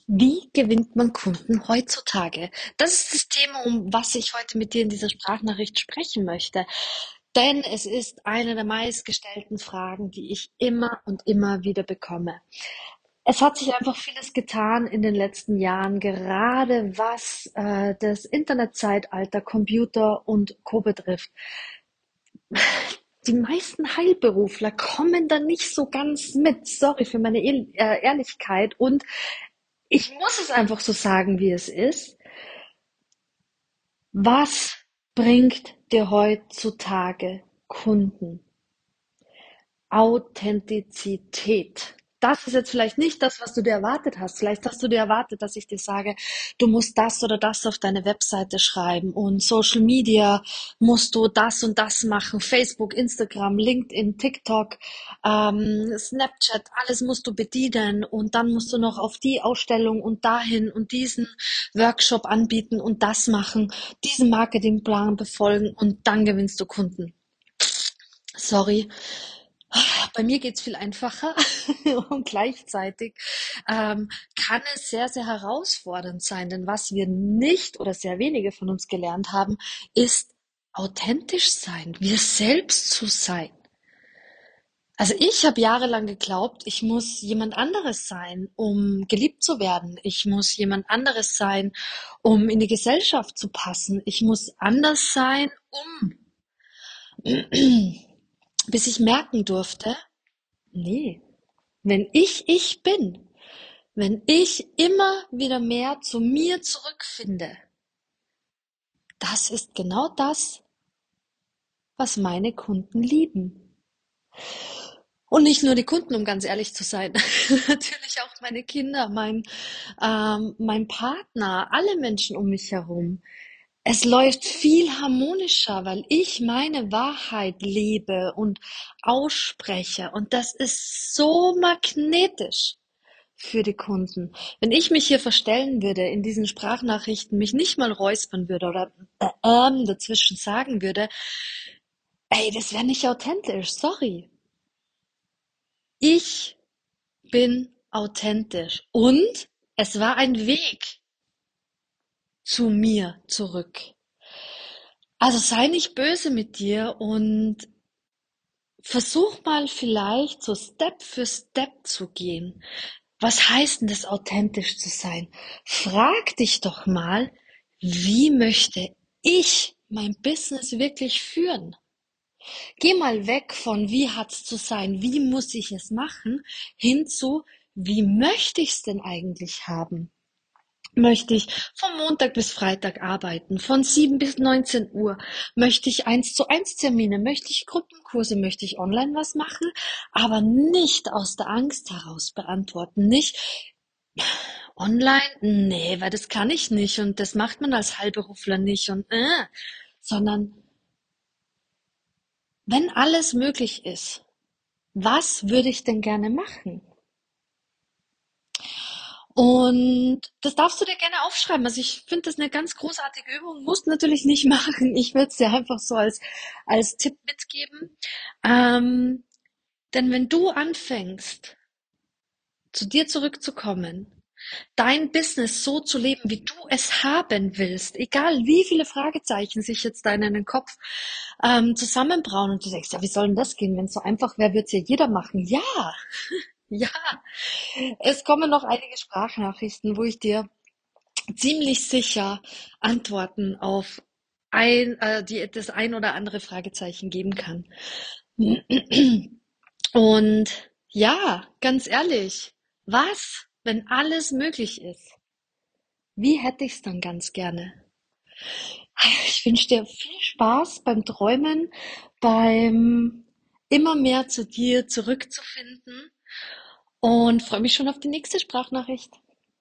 Wie gewinnt man Kunden heutzutage? Das ist das Thema, um was ich heute mit dir in dieser Sprachnachricht sprechen möchte. Denn es ist eine der meistgestellten Fragen, die ich immer und immer wieder bekomme. Es hat sich einfach vieles getan in den letzten Jahren, gerade was das Internetzeitalter, Computer und Co. betrifft. Die meisten Heilberufler kommen da nicht so ganz mit. Sorry für meine Ehrlichkeit. Und ich muss es einfach so sagen, wie es ist. Was bringt dir heutzutage Kunden? Authentizität. Das ist jetzt vielleicht nicht das, was du dir erwartet hast. Vielleicht hast du dir erwartet, dass ich dir sage, du musst das oder das auf deine Webseite schreiben und Social Media musst du das und das machen. Facebook, Instagram, LinkedIn, TikTok, Snapchat, alles musst du bedienen und dann musst du noch auf die Ausstellung und dahin und diesen Workshop anbieten und das machen, diesen Marketingplan befolgen und dann gewinnst du Kunden. Sorry, bei mir geht's viel einfacher und gleichzeitig kann es sehr, sehr herausfordernd sein, denn was wir nicht oder sehr wenige von uns gelernt haben, ist authentisch sein, wir selbst zu sein. Also ich habe jahrelang geglaubt, ich muss jemand anderes sein, um geliebt zu werden. Ich muss jemand anderes sein, um in die Gesellschaft zu passen. Ich muss anders sein, bis ich merken durfte, nee, wenn ich bin, wenn ich immer wieder mehr zu mir zurückfinde, das ist genau das, was meine Kunden lieben. Und nicht nur die Kunden, um ganz ehrlich zu sein, natürlich auch meine Kinder, mein Partner, alle Menschen um mich herum. Es läuft viel harmonischer, weil ich meine Wahrheit lebe und ausspreche. Und das ist so magnetisch für die Kunden. Wenn ich mich hier verstellen würde, in diesen Sprachnachrichten mich nicht mal räuspern würde oder dazwischen sagen würde, ey, das wäre nicht authentisch, sorry. Ich bin authentisch und es war ein Weg zu mir zurück. Also sei nicht böse mit dir und versuch mal vielleicht so Step für Step zu gehen. Was heißt denn das, authentisch zu sein? Frag dich doch mal, wie möchte ich mein Business wirklich führen? Geh mal weg von wie hat's zu sein, wie muss ich es machen, hin zu wie möchte ich's denn eigentlich haben? Möchte ich von Montag bis Freitag arbeiten, von 7 bis 19 Uhr? Möchte ich 1:1 Termine? Möchte ich Gruppenkurse? Möchte ich online was machen? Aber nicht aus der Angst heraus beantworten. Nicht online? Nee, weil das kann ich nicht und das macht man als Heilberufler nicht sondern wenn alles möglich ist, was würde ich denn gerne machen? Und das darfst du dir gerne aufschreiben. Also ich finde das eine ganz großartige Übung. Musst natürlich nicht machen. Ich würde es dir einfach so als Tipp mitgeben. Ähm, denn wenn du anfängst, zu dir zurückzukommen, dein Business so zu leben, wie du es haben willst, egal wie viele Fragezeichen sich jetzt da in deinen Kopf zusammenbrauen und du denkst, ja, wie soll denn das gehen? Wenn es so einfach wäre, würde es ja jeder machen. Ja, ja, es kommen noch einige Sprachnachrichten, wo ich dir ziemlich sicher Antworten auf das ein oder andere Fragezeichen geben kann. Und ja, ganz ehrlich, was, wenn alles möglich ist? Wie hätte ich's dann ganz gerne? Ich wünsche dir viel Spaß beim Träumen, beim immer mehr zu dir zurückzufinden und freue mich schon auf die nächste Sprachnachricht.